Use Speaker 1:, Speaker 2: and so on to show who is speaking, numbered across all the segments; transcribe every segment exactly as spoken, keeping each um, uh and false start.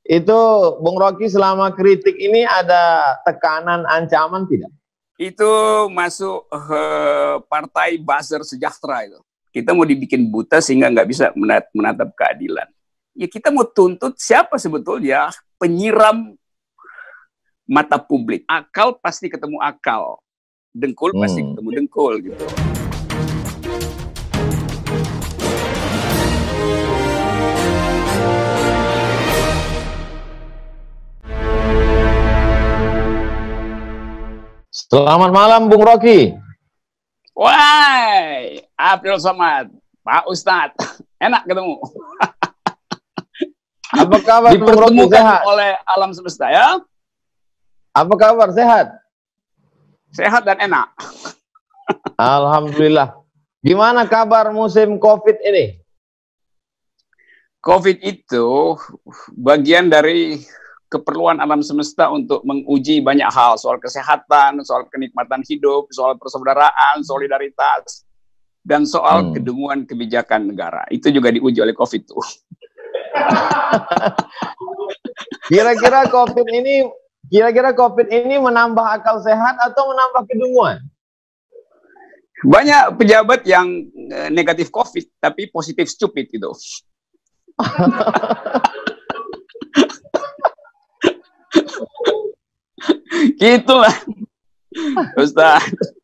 Speaker 1: Itu Bung Rocky selama kritik ini ada tekanan ancaman tidak?
Speaker 2: Itu masuk uh, partai buzzer sejahtera itu. Kita mau dibikin buta sehingga nggak bisa menat menatap keadilan. Ya kita mau tuntut siapa sebetulnya penyiram mata publik. Akal pasti ketemu akal. Dengkul pasti
Speaker 1: Hmm.
Speaker 2: ketemu dengkul gitu.
Speaker 1: Selamat malam Bung Rocky.
Speaker 2: Wah, Abdul Somad, Pak Ustadz, enak ketemu.
Speaker 1: Apa kabar Bung Rocky? Sehat
Speaker 2: oleh alam semesta ya?
Speaker 1: Apa kabar? Sehat?
Speaker 2: Sehat dan enak.
Speaker 1: Alhamdulillah. Gimana kabar musim COVID ini?
Speaker 2: COVID itu bagian dari keperluan alam semesta untuk menguji banyak hal, soal kesehatan, soal kenikmatan hidup, soal persaudaraan, solidaritas, dan soal hmm. kedunguan kebijakan negara. Itu juga diuji oleh COVID tuh.
Speaker 1: Kira-kira COVID ini, kira-kira COVID ini menambah akal sehat atau menambah kedunguan?
Speaker 2: Banyak pejabat yang negatif COVID tapi positif stupid itu. Gitulah Ustaz.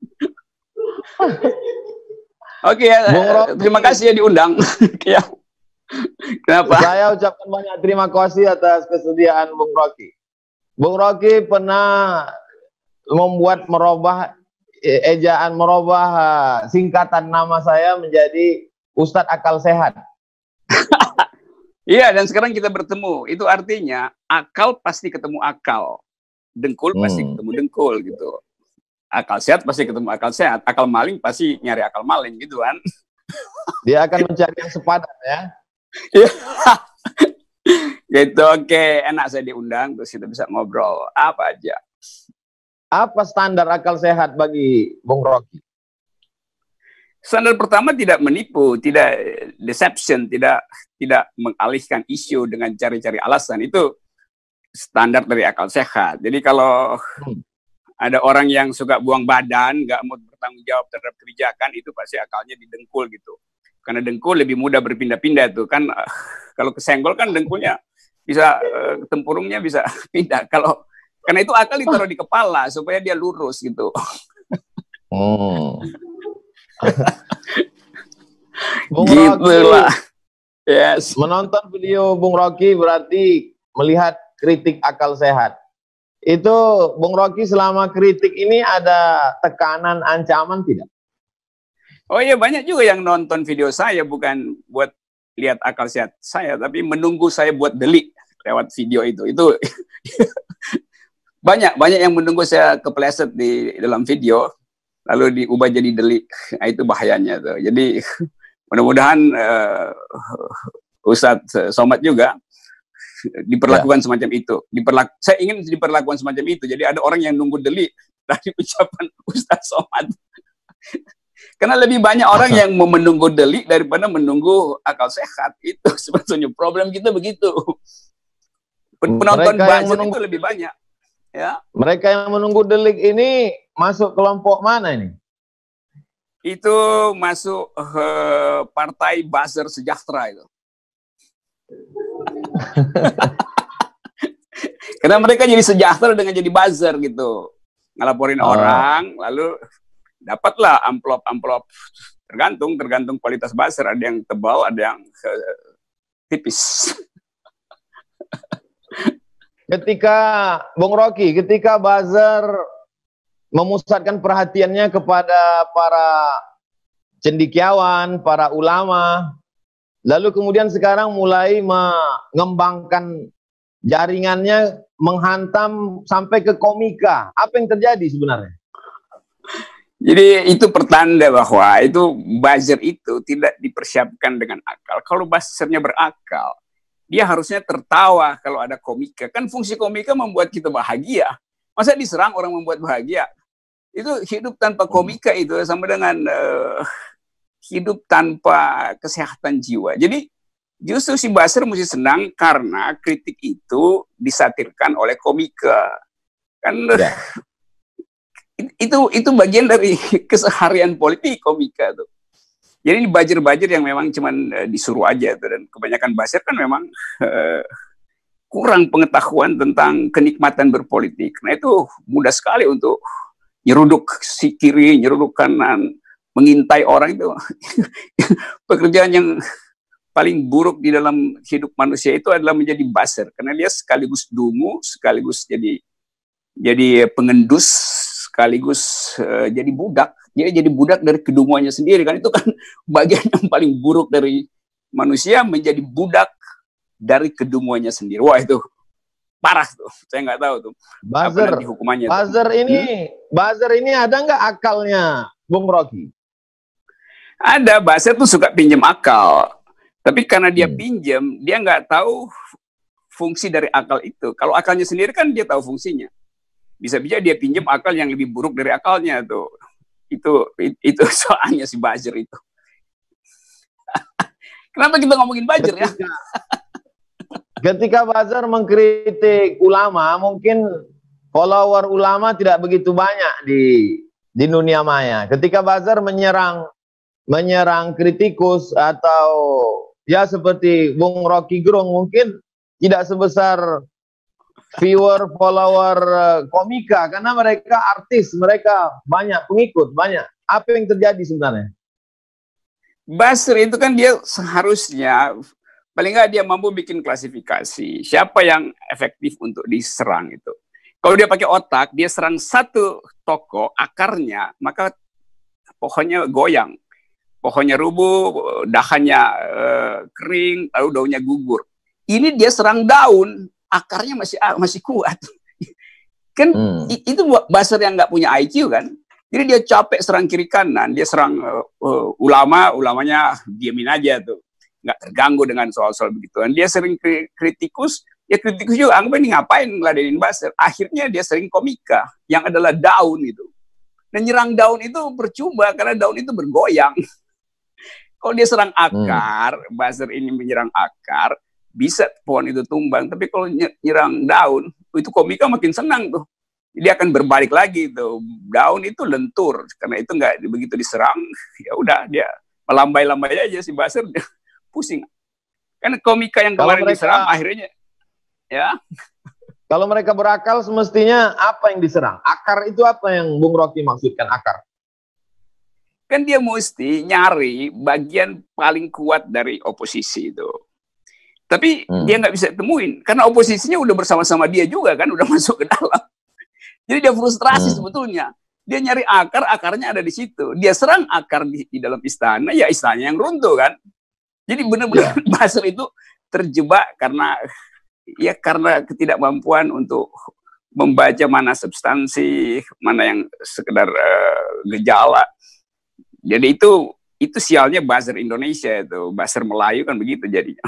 Speaker 2: Oke ya, terima kasih ya diundang. Ya. Kenapa?
Speaker 1: Saya ucapkan banyak terima kasih atas kesediaan Bung Rocky. Bung Rocky pernah membuat merubah ejaan, merubah singkatan nama saya menjadi Ustadz Akal Sehat.
Speaker 2: Iya, dan sekarang kita bertemu. Itu artinya akal pasti ketemu akal. Dengkul pasti
Speaker 1: hmm.
Speaker 2: ketemu dengkul gitu. Akal sehat pasti ketemu akal sehat. Akal maling pasti nyari akal maling gitu kan.
Speaker 1: Dia akan mencari yang sepadan ya.
Speaker 2: Gitu, oke. Enak saya diundang, terus kita bisa ngobrol. Apa aja.
Speaker 1: Apa standar akal sehat bagi Bung Rocky?
Speaker 2: Standar pertama tidak menipu, tidak deception, tidak tidak mengalihkan isu dengan cari-cari alasan. Itu standar dari akal sehat. Jadi kalau hmm. ada orang yang suka buang badan, nggak mau bertanggung jawab terhadap kebijakan, itu pasti akalnya didengkul gitu. Karena dengkul lebih mudah berpindah-pindah tuh kan. Uh, kalau kesenggol kan dengkulnya bisa, uh, tempurungnya bisa pindah. Kalau karena itu akal ditaruh di kepala supaya dia lurus gitu.
Speaker 1: Hmm. Bung
Speaker 2: gitu
Speaker 1: Rocky,
Speaker 2: lah. Yes.
Speaker 1: Menonton video Bung Rocky berarti melihat kritik akal sehat. Itu Bung Rocky selama kritik ini ada tekanan ancaman tidak?
Speaker 2: Oh iya, banyak juga yang nonton video saya bukan buat lihat akal sehat saya, tapi menunggu saya buat delik lewat video itu. Itu banyak banyak yang menunggu saya kepleset di dalam video lalu diubah jadi delik. Nah, itu bahayanya tuh. Jadi mudah-mudahan uh, Ustadz Somad juga diperlakukan ya. Semacam itu. Diperlak saya ingin diperlakukan semacam itu. Jadi ada orang yang nunggu delik dari ucapan Ustadz Somad. Karena lebih banyak orang yang mau menunggu delik daripada menunggu akal sehat. Itu sebetulnya problem kita begitu. Penonton buzzer itu lebih banyak. Ya.
Speaker 1: Mereka yang menunggu delik ini masuk kelompok mana ini?
Speaker 2: Itu masuk uh, partai buzzer sejahtera itu. Karena mereka jadi sejahtera dengan jadi buzzer gitu. Ngelaporin oh. orang, lalu dapatlah amplop-amplop. Tergantung, tergantung kualitas buzzer. Ada yang tebal, ada yang uh, tipis.
Speaker 1: Ketika Bung Rocky, ketika buzzer memusatkan perhatiannya kepada para cendekiawan, para ulama, lalu kemudian sekarang mulai mengembangkan jaringannya, menghantam sampai ke komika. Apa yang terjadi sebenarnya?
Speaker 2: Jadi itu pertanda bahwa itu buzzer itu tidak dipersiapkan dengan akal. Kalau buzzernya berakal, dia harusnya tertawa kalau ada komika. Kan fungsi komika membuat kita bahagia. Masa diserang orang membuat bahagia? Itu hidup tanpa komika itu sama dengan uh, hidup tanpa kesehatan jiwa. Jadi Justru si Basir mesti senang karena kritik itu disatirkan oleh komika. Kan ya. itu itu bagian dari keseharian politik komika tuh. Jadi ini bajir-bajir yang memang cuman uh, disuruh aja tuh, dan kebanyakan Basir kan memang uh, kurang pengetahuan tentang kenikmatan berpolitik. Nah itu mudah sekali untuk nyeruduk si kiri, nyeruduk kanan, mengintai orang itu. Pekerjaan yang paling buruk di dalam hidup manusia itu adalah menjadi Basir, karena dia sekaligus dungu, sekaligus jadi jadi pengendus, sekaligus uh, jadi budak. Dia jadi budak dari kedunguannya sendiri, kan itu kan bagian yang paling buruk dari manusia, menjadi budak dari kedunguannya sendiri. Wah itu parah tuh, saya nggak tahu tuh.
Speaker 1: Buzzer,
Speaker 2: hukumannya.
Speaker 1: Buzzer ini, hmm? Buzzer ini ada nggak akalnya, Bung Rocky?
Speaker 2: Ada, Buzzer tuh suka pinjam akal, tapi karena dia hmm. pinjam, dia nggak tahu fungsi dari akal itu. Kalau akalnya sendiri kan dia tahu fungsinya. Bisa-bisa dia pinjam akal yang lebih buruk dari akalnya tuh. Itu itu soalnya si Buzzer itu. Kenapa kita ngomongin Buzzer ya?
Speaker 1: Ketika Buzzer mengkritik ulama, mungkin follower ulama tidak begitu banyak di di dunia maya. Ketika Buzzer menyerang menyerang kritikus atau ya seperti Bung Rocky Gerung, mungkin tidak sebesar viewer, follower komika, karena mereka artis, mereka banyak pengikut, banyak. Apa yang terjadi sebenarnya?
Speaker 2: Buzzer itu kan dia seharusnya, paling nggak dia mampu bikin klasifikasi, siapa yang efektif untuk diserang itu. Kalau dia pakai otak, dia serang satu toko, akarnya, maka pohonnya goyang. Pohonnya rubuh, dahannya uh, kering, lalu daunnya gugur. Ini dia serang daun, akarnya masih masih kuat. Kan hmm. itu Buzzer yang nggak punya I Q kan. Jadi dia capek serang kiri kanan, dia serang uh, uh, ulama, ulamanya diamin aja tuh, nggak terganggu dengan soal-soal begituan. Dia sering kritikus, ya kritikus juga anggap ini ngapain ngeladenin Buzzer. Akhirnya dia sering komika, yang adalah daun itu. Dan nyerang daun itu percuma karena daun itu bergoyang. Kalau dia serang akar, hmm. Buzzer ini menyerang akar, bisa pohon itu tumbang. Tapi kalau nyerang daun, itu komika makin senang tuh. Dia akan berbalik lagi tuh. Daun itu lentur, karena itu nggak begitu diserang, ya udah dia melambai-lambai aja si Buzzer, pusing. Kan komika yang kemarin mereka, diserang akhirnya, ya.
Speaker 1: Kalau mereka berakal, semestinya apa yang diserang? Akar itu apa yang Bung Rocky maksudkan akar?
Speaker 2: Kan dia mesti nyari bagian paling kuat dari oposisi itu. Tapi hmm. dia nggak bisa temuin, karena oposisinya udah bersama-sama dia juga kan, udah masuk ke dalam. Jadi dia frustrasi hmm. sebetulnya. Dia nyari akar, akarnya ada di situ. Dia serang akar di, di dalam istana, ya istananya yang runtuh kan. Jadi benar-benar yeah. Buzzer itu terjebak karena ya karena ketidakmampuan untuk membaca mana substansi, mana yang sekedar uh, gejala. Jadi itu itu sialnya Buzzer Indonesia itu, Buzzer Melayu kan begitu jadinya.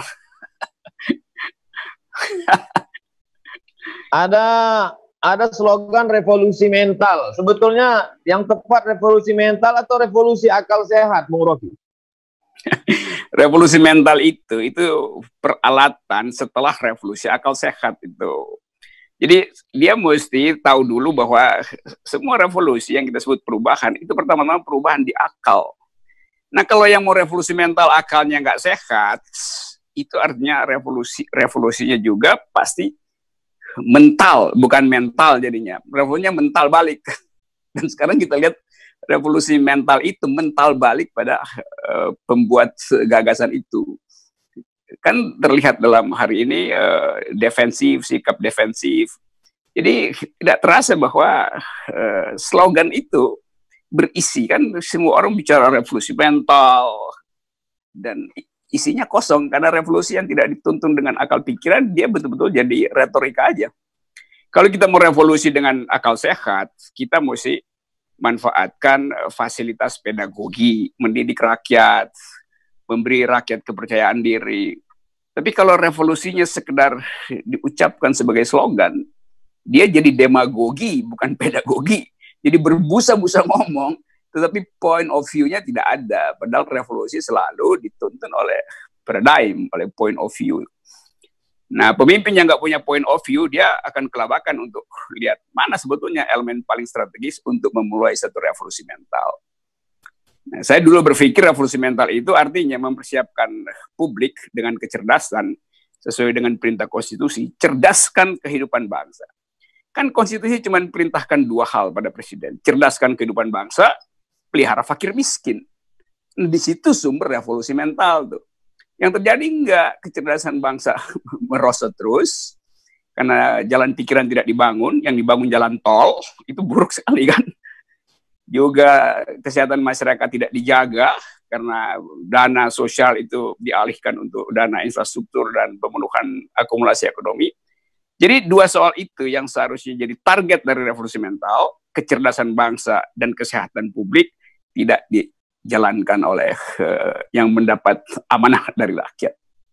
Speaker 1: ada ada slogan revolusi mental. Sebetulnya yang tepat revolusi mental atau revolusi akal sehat, Bung Rocky?
Speaker 2: Revolusi mental itu itu peralatan setelah revolusi akal sehat itu. Jadi dia mesti tahu dulu bahwa semua revolusi yang kita sebut perubahan itu pertama-tama perubahan di akal. Nah kalau yang mau revolusi mental akalnya nggak sehat, itu artinya revolusi revolusinya juga pasti mental, bukan mental jadinya. Revolusinya mental balik. Dan sekarang kita lihat revolusi mental itu mental balik pada uh, pembuat gagasan itu. Kan terlihat dalam hari ini uh, defensif, sikap defensif. Jadi tidak terasa bahwa uh, slogan itu berisi, kan semua orang bicara revolusi mental dan isinya kosong, karena revolusi yang tidak dituntun dengan akal pikiran, dia betul-betul jadi retorika aja. Kalau kita mau revolusi dengan akal sehat, kita mesti manfaatkan fasilitas pedagogi, mendidik rakyat, memberi rakyat kepercayaan diri. Tapi kalau revolusinya sekedar diucapkan sebagai slogan, dia jadi demagogi, bukan pedagogi. Jadi berbusa-busa ngomong, tetapi point of view-nya tidak ada. Padahal revolusi selalu dituntun oleh paradigm, oleh point of view. Nah, pemimpin yang nggak punya point of view, dia akan kelabakan untuk lihat mana sebetulnya elemen paling strategis untuk memulai satu revolusi mental. Nah, saya dulu berpikir revolusi mental itu artinya mempersiapkan publik dengan kecerdasan sesuai dengan perintah konstitusi, cerdaskan kehidupan bangsa. Kan konstitusi cuma perintahkan dua hal pada presiden, cerdaskan kehidupan bangsa, pelihara fakir miskin. Di situ sumber revolusi mental tuh. Yang terjadi enggak, kecerdasan bangsa merosot terus, karena jalan pikiran tidak dibangun, yang dibangun jalan tol, itu buruk sekali kan. Juga kesehatan masyarakat tidak dijaga, karena dana sosial itu dialihkan untuk dana infrastruktur dan pemenuhan akumulasi ekonomi. Jadi dua soal itu yang seharusnya jadi target dari revolusi mental, kecerdasan bangsa dan kesehatan publik, tidak dijalankan oleh uh, yang mendapat amanah dari rakyat.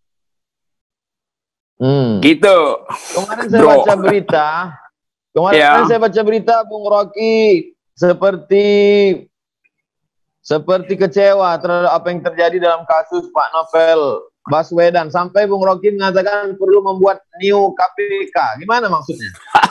Speaker 2: Hmm. Gitu.
Speaker 1: Kemarin saya Bro. baca berita, kemarin ya. saya baca berita Bung Rocky seperti seperti kecewa terhadap apa yang terjadi dalam kasus Pak Novel Baswedan, sampai Bung Rocky mengatakan perlu membuat new K P K. Gimana maksudnya?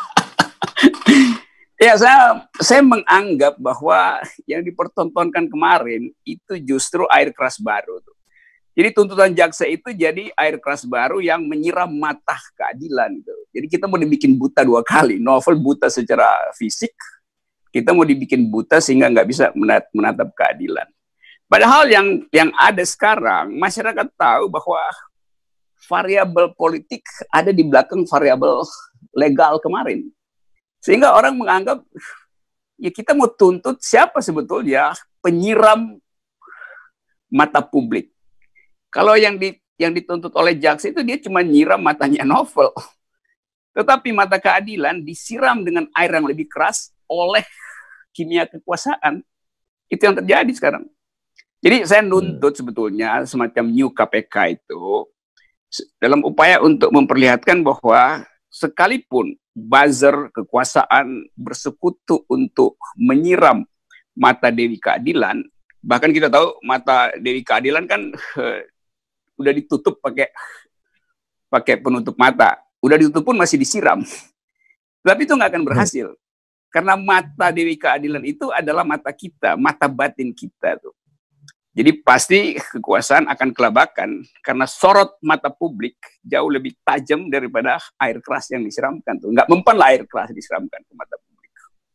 Speaker 2: Ya, saya saya menganggap bahwa yang dipertontonkan kemarin itu justru air keras baru. Jadi tuntutan jaksa itu jadi air keras baru yang menyiram mata keadilan. Gitu. Jadi kita mau dibikin buta dua kali. Novel buta secara fisik, kita mau dibikin buta sehingga nggak bisa menatap keadilan. Padahal yang yang ada sekarang, masyarakat tahu bahwa variabel politik ada di belakang variabel legal kemarin. Sehingga orang menganggap, ya kita mau tuntut siapa sebetulnya penyiram mata publik. Kalau yang di, yang dituntut oleh jaksa itu dia cuma nyiram matanya Novel. Tetapi mata keadilan disiram dengan air yang lebih keras oleh kimia kekuasaan. Itu yang terjadi sekarang. Jadi saya nuntut sebetulnya semacam new K P K itu dalam upaya untuk memperlihatkan bahwa sekalipun buzzer kekuasaan bersekutu untuk menyiram mata Dewi Keadilan, bahkan kita tahu mata Dewi Keadilan kan uh, udah ditutup pakai pakai penutup mata, udah ditutup pun masih disiram, tapi itu nggak akan berhasil karena mata Dewi Keadilan itu adalah mata kita, mata batin kita tuh. Jadi pasti kekuasaan akan kelabakan karena sorot mata publik jauh lebih tajam daripada air keras yang disiramkan tuh. Nggak mempan lah air keras disiramkan ke mata publik.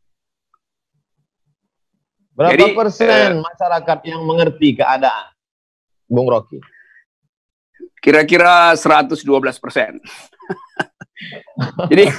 Speaker 1: Berapa Jadi, persen uh, masyarakat yang mengerti keadaan, Bung Rocky?
Speaker 2: Kira-kira seratus dua belas persen. Jadi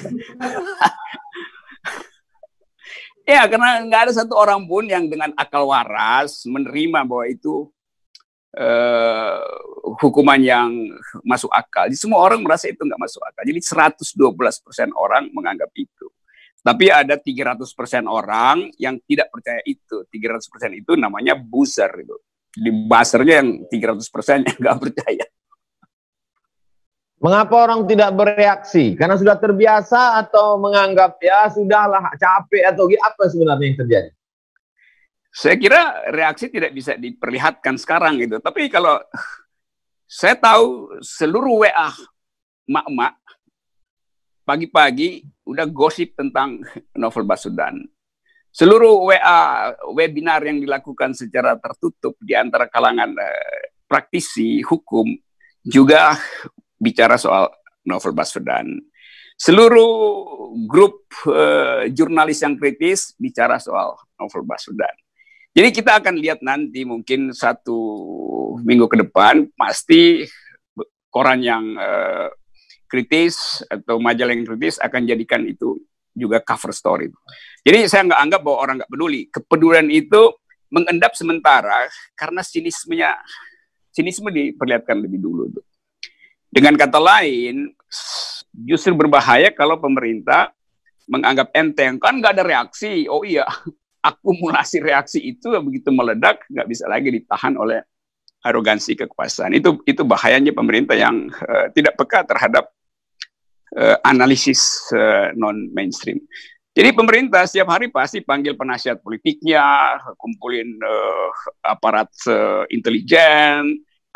Speaker 2: ya, karena nggak ada satu orang pun yang dengan akal waras menerima bahwa itu uh, hukuman yang masuk akal. Jadi semua orang merasa itu nggak masuk akal. Jadi seratus dua belas persen orang menganggap itu. Tapi ada tiga ratus persen orang yang tidak percaya itu. tiga ratus persen itu namanya buzzer. Gitu. Di buzzernya yang tiga ratus persen yang nggak percaya.
Speaker 1: Mengapa orang tidak bereaksi? Karena sudah terbiasa atau menganggap ya sudahlah capek atau apa sebenarnya yang terjadi?
Speaker 2: Saya kira reaksi tidak bisa diperlihatkan sekarang gitu. Tapi kalau saya tahu seluruh W A mak-mak pagi-pagi udah gosip tentang Novel Baswedan. Seluruh W A webinar yang dilakukan secara tertutup di antara kalangan eh, praktisi hukum juga bicara soal Novel Baswedan. Seluruh grup uh, jurnalis yang kritis bicara soal Novel Baswedan. Jadi kita akan lihat nanti mungkin satu minggu ke depan pasti koran yang uh, kritis atau majalah yang kritis akan jadikan itu juga cover story. Jadi saya nggak anggap bahwa orang nggak peduli. Kepedulian itu mengendap sementara karena sinismenya, sinisme diperlihatkan lebih dulu tuh. Dengan kata lain, justru berbahaya kalau pemerintah menganggap enteng. Kan nggak ada reaksi. Oh iya, akumulasi reaksi itu begitu meledak, nggak bisa lagi ditahan oleh arogansi kekuasaan. Itu itu bahayanya pemerintah yang uh, tidak peka terhadap uh, analisis uh, non-mainstream. Jadi pemerintah setiap hari pasti panggil penasihat politiknya, kumpulin uh, aparat uh, intelijen,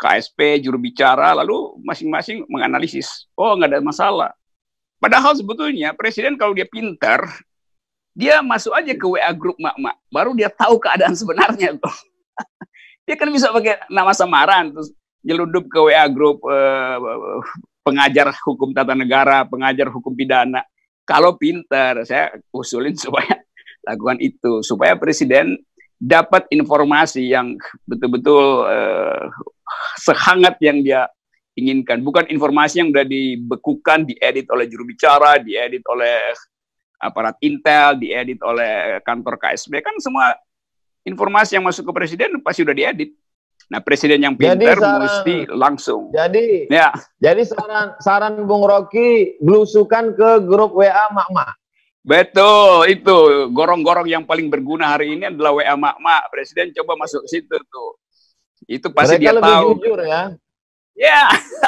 Speaker 2: K S P, juru bicara, lalu masing-masing menganalisis. Oh, nggak ada masalah. Padahal sebetulnya presiden kalau dia pintar, dia masuk aja ke W A grup mak-mak, baru dia tahu keadaan sebenarnya tuh. Dia kan bisa pakai nama samaran, terus nyeludup ke W A grup eh, pengajar hukum tata negara, pengajar hukum pidana. Kalau pintar, saya usulin supaya lakukan itu, supaya presiden dapat informasi yang betul-betul eh, sehangat yang dia inginkan. Bukan informasi yang udah dibekukan, diedit oleh juru bicara, diedit oleh aparat intel, diedit oleh kantor K S B. Kan semua informasi yang masuk ke presiden pasti udah diedit. Nah, presiden yang pintar mesti langsung.
Speaker 1: Jadi,
Speaker 2: ya.
Speaker 1: Jadi saran saran Bung Rocky, belusukan ke grup W A mak-mak.
Speaker 2: Betul, itu gorong-gorong yang paling berguna hari ini adalah W A mak-mak. Presiden coba masuk ke situ tuh. Itu pasti
Speaker 1: Mereka
Speaker 2: dia
Speaker 1: lebih
Speaker 2: tahu.
Speaker 1: Jujur ya.
Speaker 2: Ya.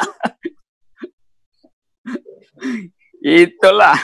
Speaker 2: Itulah.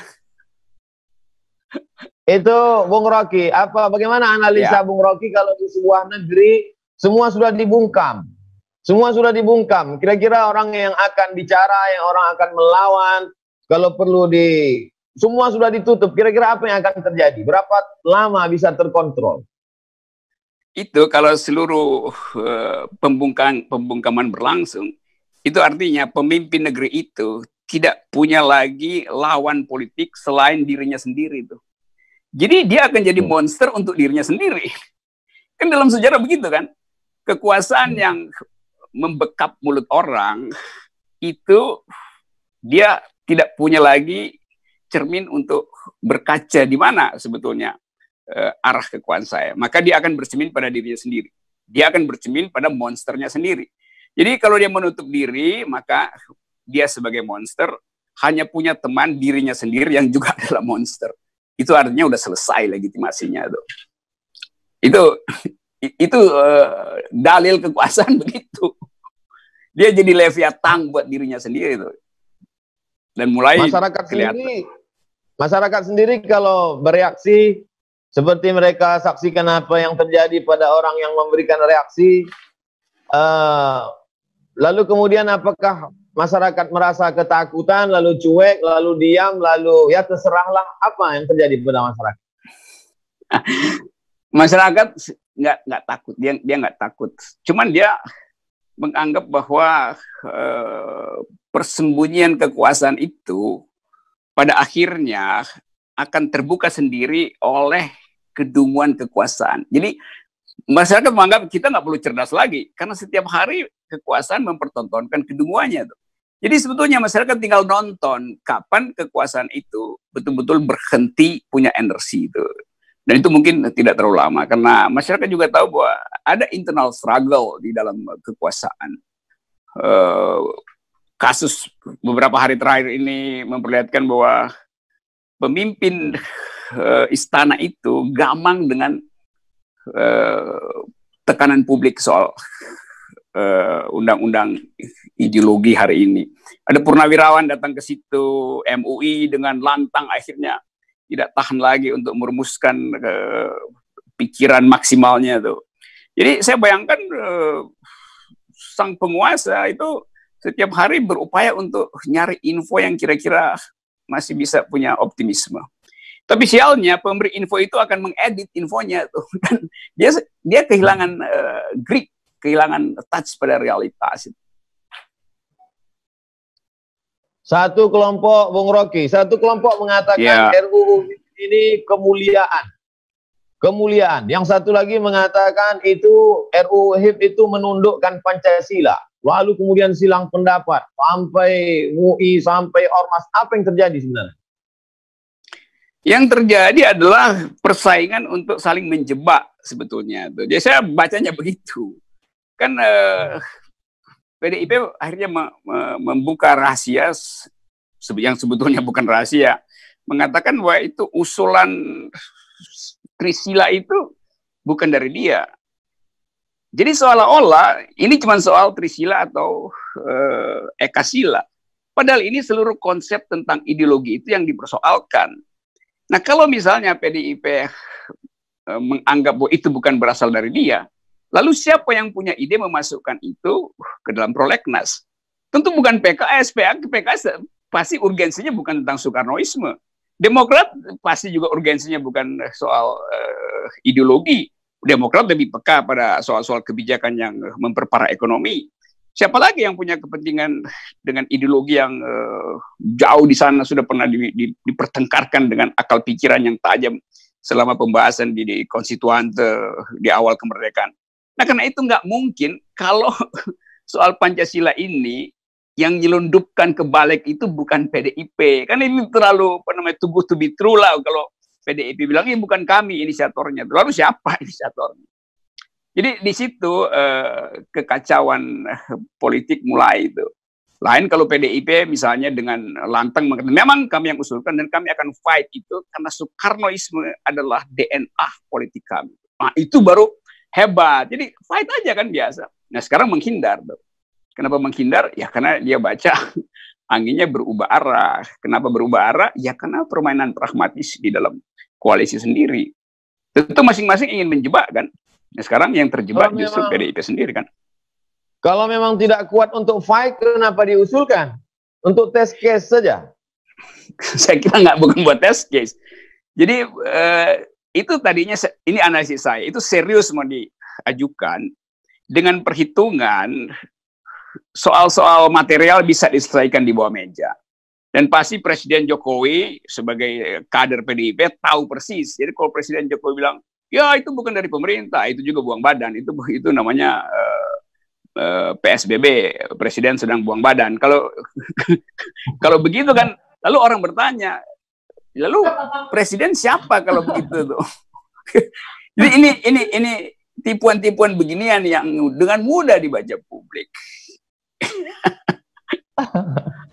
Speaker 1: Itu Bung Rocky, apa bagaimana analisa ya. Bung Rocky kalau di sebuah negeri semua sudah dibungkam. Semua sudah dibungkam. Kira-kira orang yang akan bicara, yang orang akan melawan, kalau perlu di semua sudah ditutup, kira-kira apa yang akan terjadi? Berapa lama bisa terkontrol?
Speaker 2: Itu kalau seluruh uh, pembungkam, pembungkaman berlangsung, itu artinya pemimpin negeri itu tidak punya lagi lawan politik selain dirinya sendiri itu. Jadi dia akan jadi monster untuk dirinya sendiri. Kan dalam sejarah begitu kan? Kekuasaan yang membekap mulut orang itu dia tidak punya lagi cermin untuk berkaca di mana sebetulnya uh, arah kekuasaan saya. Maka dia akan bercermin pada dirinya sendiri. Dia akan bercermin pada monsternya sendiri. Jadi kalau dia menutup diri, maka dia sebagai monster hanya punya teman dirinya sendiri yang juga adalah monster. Itu artinya udah selesai legitimasinya tuh. Itu itu uh, dalil kekuasaan begitu. Dia jadi Leviathan buat dirinya sendiri tuh. Dan mulai
Speaker 1: masyarakat kelihatan. sendiri masyarakat sendiri kalau bereaksi seperti mereka saksikan apa yang terjadi pada orang yang memberikan reaksi, uh, lalu kemudian apakah masyarakat merasa ketakutan, lalu cuek, lalu diam, lalu ya terserahlah, apa yang terjadi pada masyarakat?
Speaker 2: Masyarakat nggak nggak takut, dia dia nggak takut. Cuman dia menganggap bahwa uh, persembunyian kekuasaan itu pada akhirnya akan terbuka sendiri oleh kedunguan kekuasaan. Jadi masyarakat menganggap kita nggak perlu cerdas lagi karena setiap hari kekuasaan mempertontonkan kedunguannya tuh. Jadi sebetulnya masyarakat tinggal nonton kapan kekuasaan itu betul-betul berhenti punya energi itu. Dan itu mungkin tidak terlalu lama karena masyarakat juga tahu bahwa ada internal struggle di dalam kekuasaan. Uh, kasus beberapa hari terakhir ini memperlihatkan bahwa pemimpin uh, istana itu gamang dengan uh, tekanan publik soal undang-undang uh, ideologi hari ini. Ada purnawirawan datang ke situ, M U I dengan lantang akhirnya tidak tahan lagi untuk merumuskan uh, pikiran maksimalnya tuh. Jadi saya bayangkan uh, sang penguasa itu setiap hari berupaya untuk nyari info yang kira-kira masih bisa punya optimisme. Tapi sialnya pemberi info itu akan mengedit infonya tuh. Dan dia dia kehilangan uh, grip, kehilangan touch pada realitas.
Speaker 1: Satu kelompok, Bung Rocky, satu kelompok mengatakan yeah. R U U ini kemuliaan. Kemuliaan. Yang satu lagi mengatakan itu R U U H I P itu menundukkan Pancasila. Lalu kemudian silang pendapat sampai M U I, sampai Ormas. Apa yang terjadi sebenarnya?
Speaker 2: Yang terjadi adalah persaingan untuk saling menjebak sebetulnya. Jadi saya bacanya begitu. Kan eh, P D I P akhirnya me me membuka rahasia yang sebetulnya bukan rahasia. Mengatakan bahwa itu usulan Trisila itu bukan dari dia. Jadi seolah-olah ini cuma soal Trisila atau uh, Ekasila. Padahal ini seluruh konsep tentang ideologi itu yang dipersoalkan. Nah kalau misalnya P D I P uh, menganggap bahwa itu bukan berasal dari dia, Lalu siapa yang punya ide memasukkan itu ke dalam prolegnas? Tentu bukan P K S. P K S pasti urgensinya bukan tentang Soekarnoisme. Demokrat pasti juga urgensinya bukan soal uh, ideologi. Demokrat lebih peka pada soal-soal kebijakan yang memperparah ekonomi. Siapa lagi yang punya kepentingan dengan ideologi yang uh, jauh di sana sudah pernah di, di, dipertengkarkan dengan akal pikiran yang tajam selama pembahasan di, di konstituante di awal kemerdekaan. Nah, karena itu nggak mungkin kalau soal Pancasila ini yang nyelundupkan ke balik itu bukan P D I P. Kan ini terlalu apa namanya too good to be true lah kalau P D I P bilang ini bukan kami inisiatornya. Lalu siapa inisiatornya? Jadi di situ eh, kekacauan politik mulai itu. Lain kalau P D I P misalnya dengan lantang mengatakan memang kami yang usulkan dan kami akan fight itu karena Soekarnoisme adalah D N A politik kami. Nah, itu baru hebat. Jadi fight aja kan biasa. Nah, sekarang menghindar. Kenapa menghindar? Ya karena dia baca anginnya berubah arah. Kenapa berubah arah? Ya karena permainan pragmatis di dalam koalisi sendiri. Tentu masing-masing ingin menjebak kan. Nah, sekarang yang terjebak kalau justru memang, P D I P sendiri kan.
Speaker 1: Kalau memang tidak kuat untuk fight, kenapa diusulkan? Untuk test case saja?
Speaker 2: Saya kira nggak bukan buat test case. Jadi eh, itu tadinya, ini analisis saya, itu serius mau diajukan dengan perhitungan soal-soal material bisa diselesaikan di bawah meja. Dan pasti Presiden Jokowi sebagai kader P D I P tahu persis. Jadi kalau Presiden Jokowi bilang, ya itu bukan dari pemerintah, itu juga buang badan, itu itu namanya uh, uh, P S B B, Presiden sedang buang badan. Kalau kalau begitu kan, lalu orang bertanya, lalu Presiden siapa kalau begitu tuh? Jadi ini ini ini tipuan-tipuan beginian yang dengan mudah dibaca publik.